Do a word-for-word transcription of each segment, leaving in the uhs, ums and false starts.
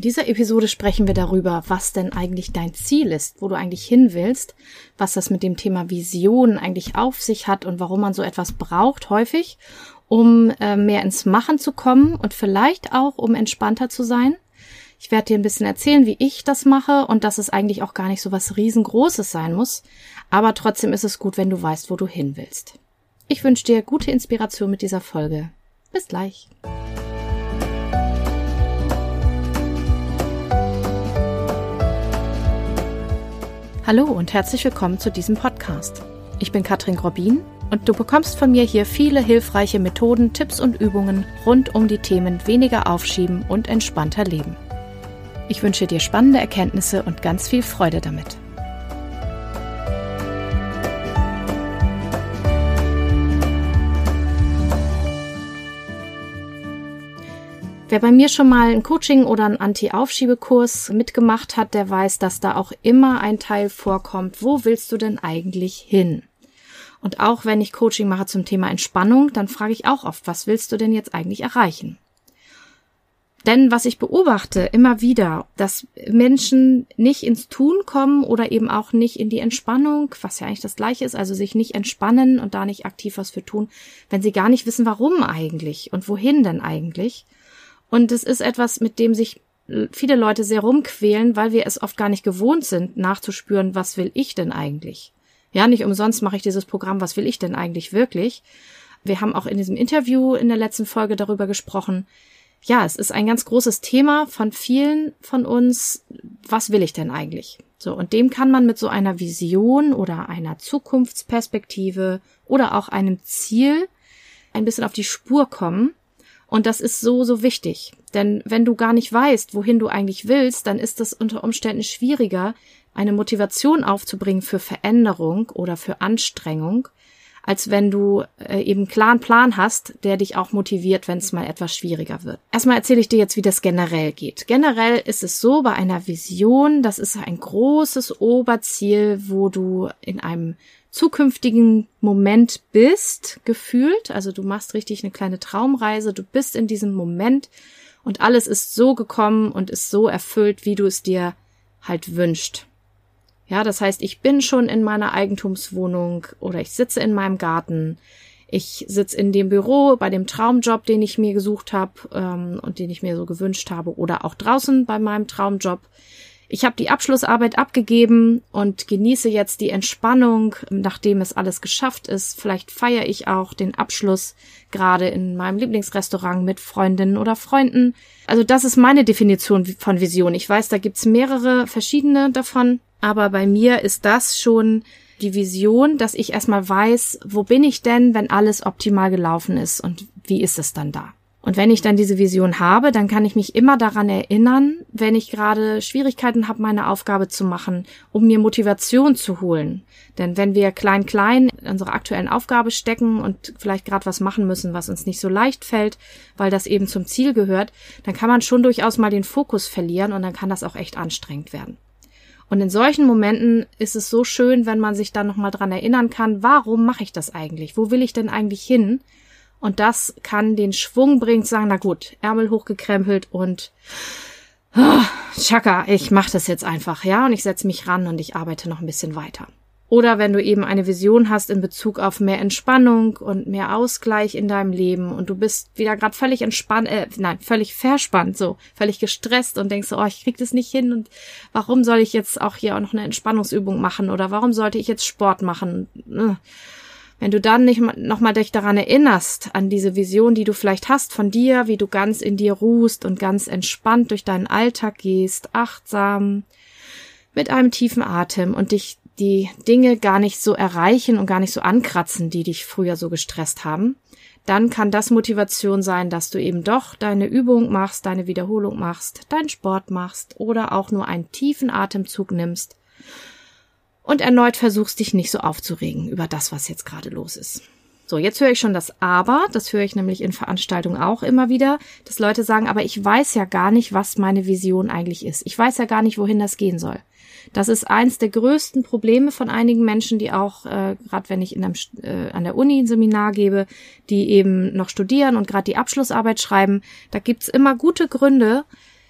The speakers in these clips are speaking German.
In dieser Episode sprechen wir darüber, was denn eigentlich dein Ziel ist, wo du eigentlich hin willst, was das mit dem Thema Vision eigentlich auf sich hat und warum man so etwas braucht häufig, um äh, mehr ins Machen zu kommen und vielleicht auch, um entspannter zu sein. Ich werde dir ein bisschen erzählen, wie ich das mache und dass es eigentlich auch gar nicht so was Riesengroßes sein muss, aber trotzdem ist es gut, wenn du weißt, wo du hin willst. Ich wünsche dir gute Inspiration mit dieser Folge. Bis gleich. Hallo und herzlich willkommen zu diesem Podcast. Ich bin Katrin Grobin und du bekommst von mir hier viele hilfreiche Methoden, Tipps und Übungen rund um die Themen weniger aufschieben und entspannter leben. Ich wünsche dir spannende Erkenntnisse und ganz viel Freude damit. Wer bei mir schon mal ein Coaching oder einen Anti-Aufschiebekurs mitgemacht hat, der weiß, dass da auch immer ein Teil vorkommt, wo willst du denn eigentlich hin? Und auch wenn ich Coaching mache zum Thema Entspannung, dann frage ich auch oft, was willst du denn jetzt eigentlich erreichen? Denn was ich beobachte immer wieder, dass Menschen nicht ins Tun kommen oder eben auch nicht in die Entspannung, was ja eigentlich das Gleiche ist, also sich nicht entspannen und da nicht aktiv was für tun, wenn sie gar nicht wissen, warum eigentlich und wohin denn eigentlich. Und es ist etwas, mit dem sich viele Leute sehr rumquälen, weil wir es oft gar nicht gewohnt sind, nachzuspüren, was will ich denn eigentlich? Ja, nicht umsonst mache ich dieses Programm, was will ich denn eigentlich wirklich? Wir haben auch in diesem Interview in der letzten Folge darüber gesprochen. Ja, es ist ein ganz großes Thema von vielen von uns. Was will ich denn eigentlich? So, und dem kann man mit so einer Vision oder einer Zukunftsperspektive oder auch einem Ziel ein bisschen auf die Spur kommen. Und das ist so, so wichtig. Denn wenn du gar nicht weißt, wohin du eigentlich willst, dann ist es unter Umständen schwieriger, eine Motivation aufzubringen für Veränderung oder für Anstrengung, als wenn du äh, eben einen klaren Plan hast, der dich auch motiviert, wenn es mal etwas schwieriger wird. Erstmal erzähle ich dir jetzt, wie das generell geht. Generell ist es so, bei einer Vision, das ist ein großes Oberziel, wo du in einem zukünftigen Moment bist, gefühlt, also du machst richtig eine kleine Traumreise, du bist in diesem Moment und alles ist so gekommen und ist so erfüllt, wie du es dir halt wünschst. Ja, das heißt, ich bin schon in meiner Eigentumswohnung oder ich sitze in meinem Garten, ich sitze in dem Büro bei dem Traumjob, den ich mir gesucht habe ähm, und den ich mir so gewünscht habe oder auch draußen bei meinem Traumjob. Ich habe die Abschlussarbeit abgegeben und genieße jetzt die Entspannung, nachdem es alles geschafft ist. Vielleicht feiere ich auch den Abschluss gerade in meinem Lieblingsrestaurant mit Freundinnen oder Freunden. Also das ist meine Definition von Vision. Ich weiß, da gibt's mehrere verschiedene davon, aber bei mir ist das schon die Vision, dass ich erstmal weiß, wo bin ich denn, wenn alles optimal gelaufen ist und wie ist es dann da? Und wenn ich dann diese Vision habe, dann kann ich mich immer daran erinnern, wenn ich gerade Schwierigkeiten habe, meine Aufgabe zu machen, um mir Motivation zu holen. Denn wenn wir klein-klein in unserer aktuellen Aufgabe stecken und vielleicht gerade was machen müssen, was uns nicht so leicht fällt, weil das eben zum Ziel gehört, dann kann man schon durchaus mal den Fokus verlieren und dann kann das auch echt anstrengend werden. Und in solchen Momenten ist es so schön, wenn man sich dann nochmal dran erinnern kann, warum mache ich das eigentlich? Wo will ich denn eigentlich hin? Und das kann den Schwung bringen, zu sagen, na gut, Ärmel hochgekrempelt und oh, Chaka, ich mache das jetzt einfach, ja, und ich setze mich ran und ich arbeite noch ein bisschen weiter. Oder wenn du eben eine Vision hast in Bezug auf mehr Entspannung und mehr Ausgleich in deinem Leben und du bist wieder gerade völlig entspannt, äh, nein, völlig verspannt, so, völlig gestresst und denkst so, oh, ich krieg das nicht hin und warum soll ich jetzt auch hier auch noch eine Entspannungsübung machen oder warum sollte ich jetzt Sport machen? Wenn du dann nicht nochmal dich daran erinnerst, an diese Vision, die du vielleicht hast von dir, wie du ganz in dir ruhst und ganz entspannt durch deinen Alltag gehst, achtsam, mit einem tiefen Atem und dich die Dinge gar nicht so erreichen und gar nicht so ankratzen, die dich früher so gestresst haben, dann kann das Motivation sein, dass du eben doch deine Übung machst, deine Wiederholung machst, deinen Sport machst oder auch nur einen tiefen Atemzug nimmst und erneut versuchst, dich nicht so aufzuregen über das, was jetzt gerade los ist. So, jetzt höre ich schon das Aber, das höre ich nämlich in Veranstaltungen auch immer wieder, dass Leute sagen, aber ich weiß ja gar nicht, was meine Vision eigentlich ist. Ich weiß ja gar nicht, wohin das gehen soll. Das ist eins der größten Probleme von einigen Menschen, die auch, äh, gerade wenn ich in einem, äh, an der Uni ein Seminar gebe, die eben noch studieren und gerade die Abschlussarbeit schreiben, da gibt's immer gute Gründe,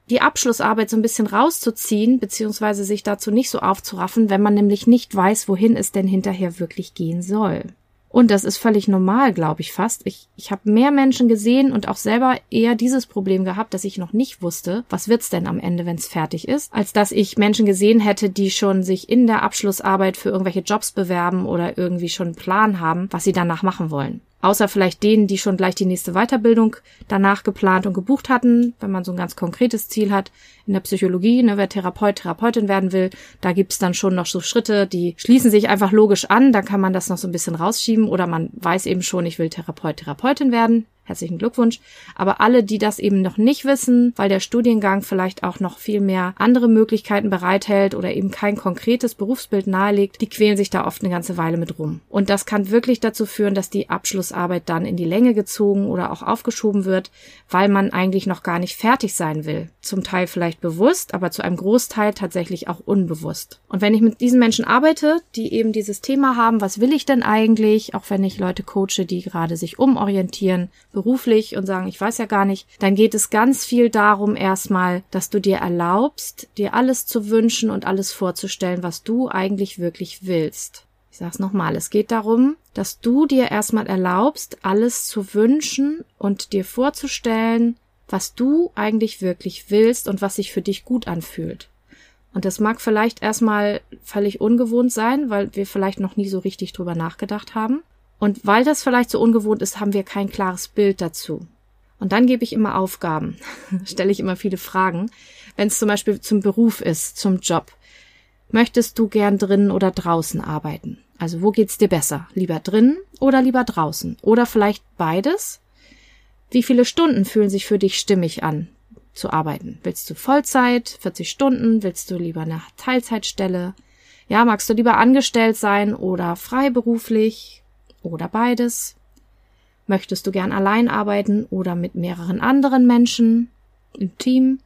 die Abschlussarbeit so ein bisschen rauszuziehen, beziehungsweise sich dazu nicht so aufzuraffen, wenn man nämlich nicht weiß, wohin es denn hinterher wirklich gehen soll. Und das ist völlig normal, glaube ich fast. Ich, ich habe mehr Menschen gesehen und auch selber eher dieses Problem gehabt, dass ich noch nicht wusste, was wird's denn am Ende, wenn es fertig ist, als dass ich Menschen gesehen hätte, die schon sich in der Abschlussarbeit für irgendwelche Jobs bewerben oder irgendwie schon einen Plan haben, was sie danach machen wollen. Außer vielleicht denen, die schon gleich die nächste Weiterbildung danach geplant und gebucht hatten, wenn man so ein ganz konkretes Ziel hat. In der Psychologie, ne, wer Therapeut, Therapeutin werden will, da gibt's dann schon noch so Schritte, die schließen sich einfach logisch an, da kann man das noch so ein bisschen rausschieben oder man weiß eben schon, ich will Therapeut, Therapeutin werden. Herzlichen Glückwunsch. Aber alle, die das eben noch nicht wissen, weil der Studiengang vielleicht auch noch viel mehr andere Möglichkeiten bereithält oder eben kein konkretes Berufsbild nahelegt, die quälen sich da oft eine ganze Weile mit rum. Und das kann wirklich dazu führen, dass die Abschlussarbeit dann in die Länge gezogen oder auch aufgeschoben wird, weil man eigentlich noch gar nicht fertig sein will. Zum Teil vielleicht bewusst, aber zu einem Großteil tatsächlich auch unbewusst. Und wenn ich mit diesen Menschen arbeite, die eben dieses Thema haben, was will ich denn eigentlich, auch wenn ich Leute coache, die gerade sich umorientieren, beruflich und sagen, ich weiß ja gar nicht, dann geht es ganz viel darum erstmal, dass du dir erlaubst, dir alles zu wünschen und alles vorzustellen, was du eigentlich wirklich willst. Ich sag's nochmal, es geht darum, dass du dir erstmal erlaubst, alles zu wünschen und dir vorzustellen, was du eigentlich wirklich willst und was sich für dich gut anfühlt. Und das mag vielleicht erstmal völlig ungewohnt sein, weil wir vielleicht noch nie so richtig drüber nachgedacht haben. Und weil das vielleicht so ungewohnt ist, haben wir kein klares Bild dazu. Und dann gebe ich immer Aufgaben, stelle ich immer viele Fragen. Wenn es zum Beispiel zum Beruf ist, zum Job. Möchtest du gern drinnen oder draußen arbeiten? Also wo geht's dir besser? Lieber drinnen oder lieber draußen? Oder vielleicht beides? Wie viele Stunden fühlen sich für dich stimmig an, zu arbeiten? Willst du Vollzeit, vierzig Stunden? Willst du lieber eine Teilzeitstelle? Ja, magst du lieber angestellt sein oder freiberuflich? Oder beides? Möchtest du gern allein arbeiten oder mit mehreren anderen Menschen im Team?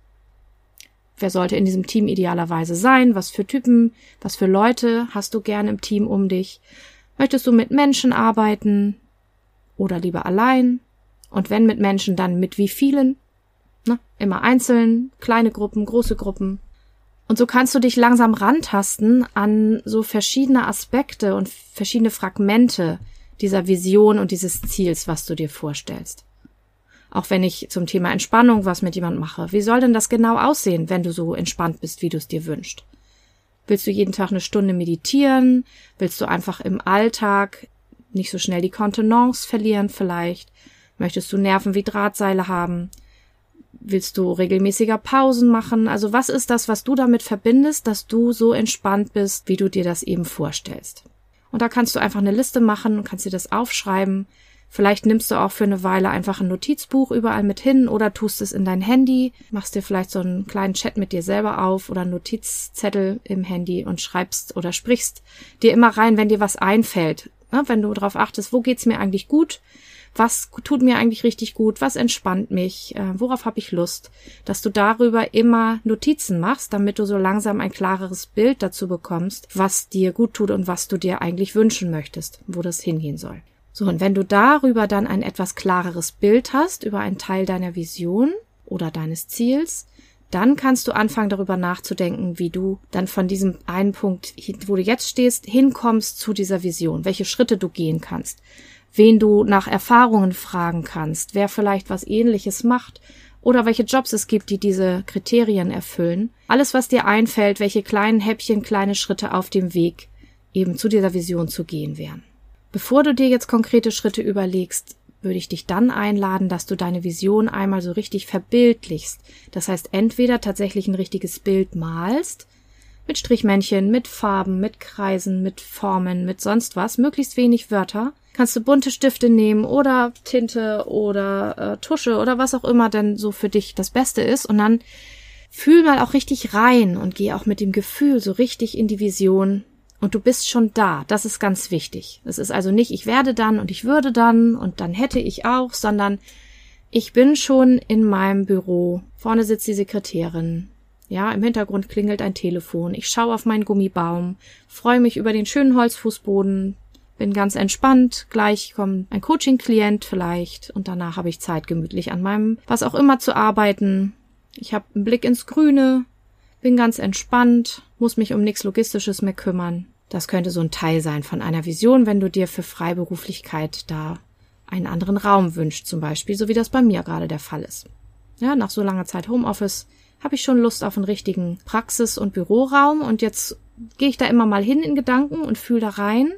Wer sollte in diesem Team idealerweise sein? Was für Typen, was für Leute hast du gern im Team um dich? Möchtest du mit Menschen arbeiten oder lieber allein? Und wenn mit Menschen, dann mit wie vielen? Na, immer einzeln, kleine Gruppen, große Gruppen. Und so kannst du dich langsam rantasten an so verschiedene Aspekte und verschiedene Fragmente dieser Vision und dieses Ziels, was du dir vorstellst. Auch wenn ich zum Thema Entspannung was mit jemandem mache. Wie soll denn das genau aussehen, wenn du so entspannt bist, wie du es dir wünschst? Willst du jeden Tag eine Stunde meditieren? Willst du einfach im Alltag nicht so schnell die Kontenance verlieren vielleicht? Möchtest du Nerven wie Drahtseile haben? Willst du regelmäßiger Pausen machen? Also was ist das, was du damit verbindest, dass du so entspannt bist, wie du dir das eben vorstellst? Und da kannst du einfach eine Liste machen und kannst dir das aufschreiben. Vielleicht nimmst du auch für eine Weile einfach ein Notizbuch überall mit hin oder tust es in dein Handy, machst dir vielleicht so einen kleinen Chat mit dir selber auf oder einen Notizzettel im Handy und schreibst oder sprichst dir immer rein, wenn dir was einfällt. Ja, wenn du darauf achtest, wo geht's mir eigentlich gut? Was tut mir eigentlich richtig gut? Was entspannt mich? Äh, worauf habe ich Lust? Dass du darüber immer Notizen machst, damit du so langsam ein klareres Bild dazu bekommst, was dir gut tut und was du dir eigentlich wünschen möchtest, wo das hingehen soll. So, und wenn du darüber dann ein etwas klareres Bild hast, über einen Teil deiner Vision oder deines Ziels, dann kannst du anfangen, darüber nachzudenken, wie du dann von diesem einen Punkt, wo du jetzt stehst, hinkommst zu dieser Vision, welche Schritte du gehen kannst, wen du nach Erfahrungen fragen kannst, wer vielleicht was Ähnliches macht oder welche Jobs es gibt, die diese Kriterien erfüllen. Alles, was dir einfällt, welche kleinen Häppchen, kleine Schritte auf dem Weg eben zu dieser Vision zu gehen wären. Bevor du dir jetzt konkrete Schritte überlegst, würde ich dich dann einladen, dass du deine Vision einmal so richtig verbildlichst. Das heißt, entweder tatsächlich ein richtiges Bild malst, mit Strichmännchen, mit Farben, mit Kreisen, mit Formen, mit sonst was, möglichst wenig Wörter. Kannst du bunte Stifte nehmen oder Tinte oder äh, Tusche oder was auch immer denn so für dich das Beste ist. Und dann fühl mal auch richtig rein und geh auch mit dem Gefühl so richtig in die Vision. Und du bist schon da. Das ist ganz wichtig. Es ist also nicht, ich werde dann und ich würde dann und dann hätte ich auch, sondern ich bin schon in meinem Büro. Vorne sitzt die Sekretärin. Ja, im Hintergrund klingelt ein Telefon. Ich schaue auf meinen Gummibaum, freue mich über den schönen Holzfußboden, bin ganz entspannt. Gleich kommt ein Coaching-Klient vielleicht und danach habe ich Zeit, gemütlich an meinem was auch immer zu arbeiten. Ich habe einen Blick ins Grüne, bin ganz entspannt, muss mich um nichts Logistisches mehr kümmern. Das könnte so ein Teil sein von einer Vision, wenn du dir für Freiberuflichkeit da einen anderen Raum wünschst, zum Beispiel, so wie das bei mir gerade der Fall ist. Ja, nach so langer Zeit Homeoffice habe ich schon Lust auf einen richtigen Praxis- und Büroraum und jetzt gehe ich da immer mal hin in Gedanken und fühle da rein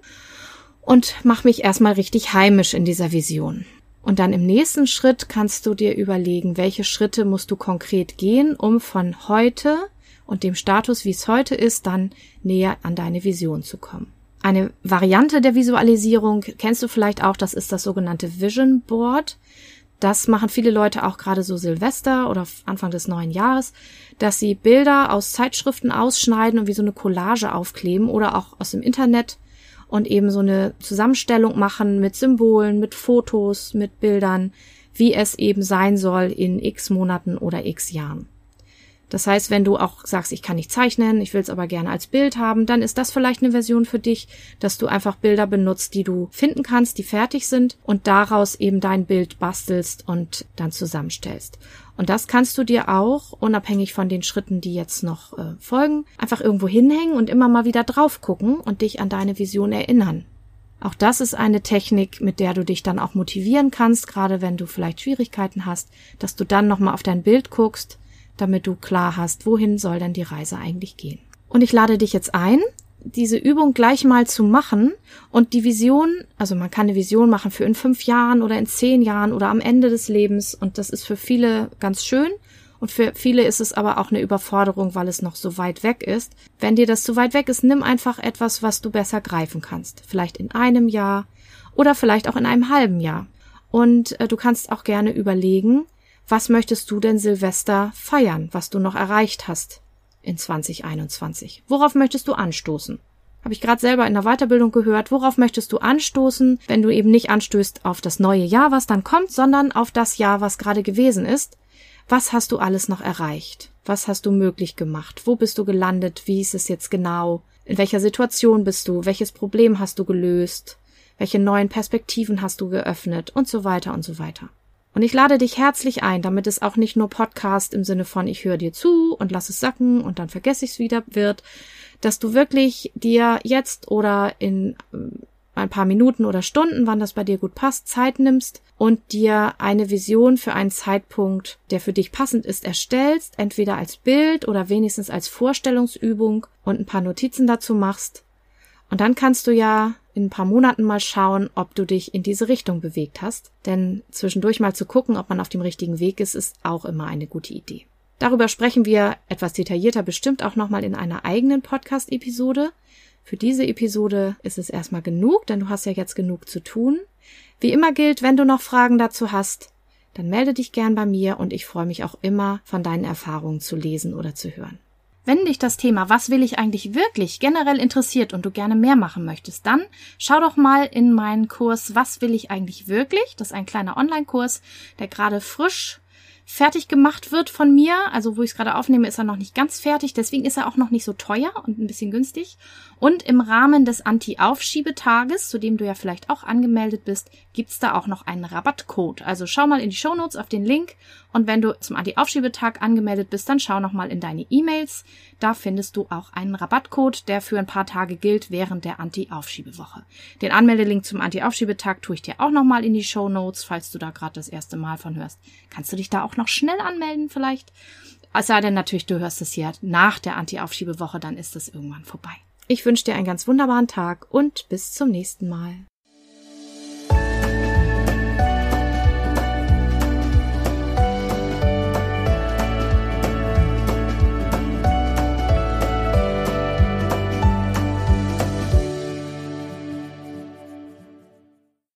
und mache mich erstmal richtig heimisch in dieser Vision. Und dann im nächsten Schritt kannst du dir überlegen, welche Schritte musst du konkret gehen, um von heute und dem Status, wie es heute ist, dann näher an deine Vision zu kommen. Eine Variante der Visualisierung kennst du vielleicht auch, das ist das sogenannte Vision Board. Das machen viele Leute auch gerade so Silvester oder Anfang des neuen Jahres, dass sie Bilder aus Zeitschriften ausschneiden und wie so eine Collage aufkleben oder auch aus dem Internet und eben so eine Zusammenstellung machen mit Symbolen, mit Fotos, mit Bildern, wie es eben sein soll in x Monaten oder x Jahren. Das heißt, wenn du auch sagst, ich kann nicht zeichnen, ich will es aber gerne als Bild haben, dann ist das vielleicht eine Version für dich, dass du einfach Bilder benutzt, die du finden kannst, die fertig sind und daraus eben dein Bild bastelst und dann zusammenstellst. Und das kannst du dir auch, unabhängig von den Schritten, die jetzt noch äh, folgen, einfach irgendwo hinhängen und immer mal wieder drauf gucken und dich an deine Vision erinnern. Auch das ist eine Technik, mit der du dich dann auch motivieren kannst, gerade wenn du vielleicht Schwierigkeiten hast, dass du dann nochmal auf dein Bild guckst, damit du klar hast, wohin soll denn die Reise eigentlich gehen. Und ich lade dich jetzt ein, diese Übung gleich mal zu machen und die Vision, also man kann eine Vision machen für in fünf Jahren oder in zehn Jahren oder am Ende des Lebens und das ist für viele ganz schön und für viele ist es aber auch eine Überforderung, weil es noch so weit weg ist. Wenn dir das zu weit weg ist, nimm einfach etwas, was du besser greifen kannst. Vielleicht in einem Jahr oder vielleicht auch in einem halben Jahr. Und äh, du kannst auch gerne überlegen, was möchtest du denn Silvester feiern, was du noch erreicht hast in zwanzig einundzwanzig? Worauf möchtest du anstoßen? Habe ich gerade selber in der Weiterbildung gehört, worauf möchtest du anstoßen, wenn du eben nicht anstößt auf das neue Jahr, was dann kommt, sondern auf das Jahr, was gerade gewesen ist? Was hast du alles noch erreicht? Was hast du möglich gemacht? Wo bist du gelandet? Wie ist es jetzt genau? In welcher Situation bist du? Welches Problem hast du gelöst? Welche neuen Perspektiven hast du geöffnet? Und so weiter und so weiter. Und ich lade dich herzlich ein, damit es auch nicht nur Podcast im Sinne von ich höre dir zu und lass es sacken und dann vergesse ich es wieder wird, dass du wirklich dir jetzt oder in ein paar Minuten oder Stunden, wann das bei dir gut passt, Zeit nimmst und dir eine Vision für einen Zeitpunkt, der für dich passend ist, erstellst, entweder als Bild oder wenigstens als Vorstellungsübung und ein paar Notizen dazu machst. Und dann kannst du ja in ein paar Monaten mal schauen, ob du dich in diese Richtung bewegt hast. Denn zwischendurch mal zu gucken, ob man auf dem richtigen Weg ist, ist auch immer eine gute Idee. Darüber sprechen wir etwas detaillierter bestimmt auch nochmal in einer eigenen Podcast-Episode. Für diese Episode ist es erstmal genug, denn du hast ja jetzt genug zu tun. Wie immer gilt, wenn du noch Fragen dazu hast, dann melde dich gern bei mir und ich freue mich auch immer, von deinen Erfahrungen zu lesen oder zu hören. Wenn dich das Thema "Was will ich eigentlich wirklich" generell interessiert und du gerne mehr machen möchtest, dann schau doch mal in meinen Kurs "Was will ich eigentlich wirklich?". Das ist ein kleiner Online-Kurs, der gerade frisch fertig gemacht wird von mir. Also wo ich es gerade aufnehme, ist er noch nicht ganz fertig. Deswegen ist er auch noch nicht so teuer und ein bisschen günstig. Und im Rahmen des Anti-Aufschiebetages, zu dem du ja vielleicht auch angemeldet bist, gibt's da auch noch einen Rabattcode. Also schau mal in die Shownotes auf den Link. Und wenn du zum Anti-Aufschiebetag angemeldet bist, dann schau noch mal in deine E-Mails. Da findest du auch einen Rabattcode, der für ein paar Tage gilt während der Anti-Aufschiebewoche. Den Anmeldelink zum Anti-Aufschiebetag tue ich dir auch noch mal in die Shownotes, falls du da gerade das erste Mal von hörst. Kannst du dich da auch noch schnell anmelden vielleicht? Es sei denn natürlich, du hörst es hier nach der Anti-Aufschiebewoche, dann ist es irgendwann vorbei. Ich wünsche dir einen ganz wunderbaren Tag und bis zum nächsten Mal.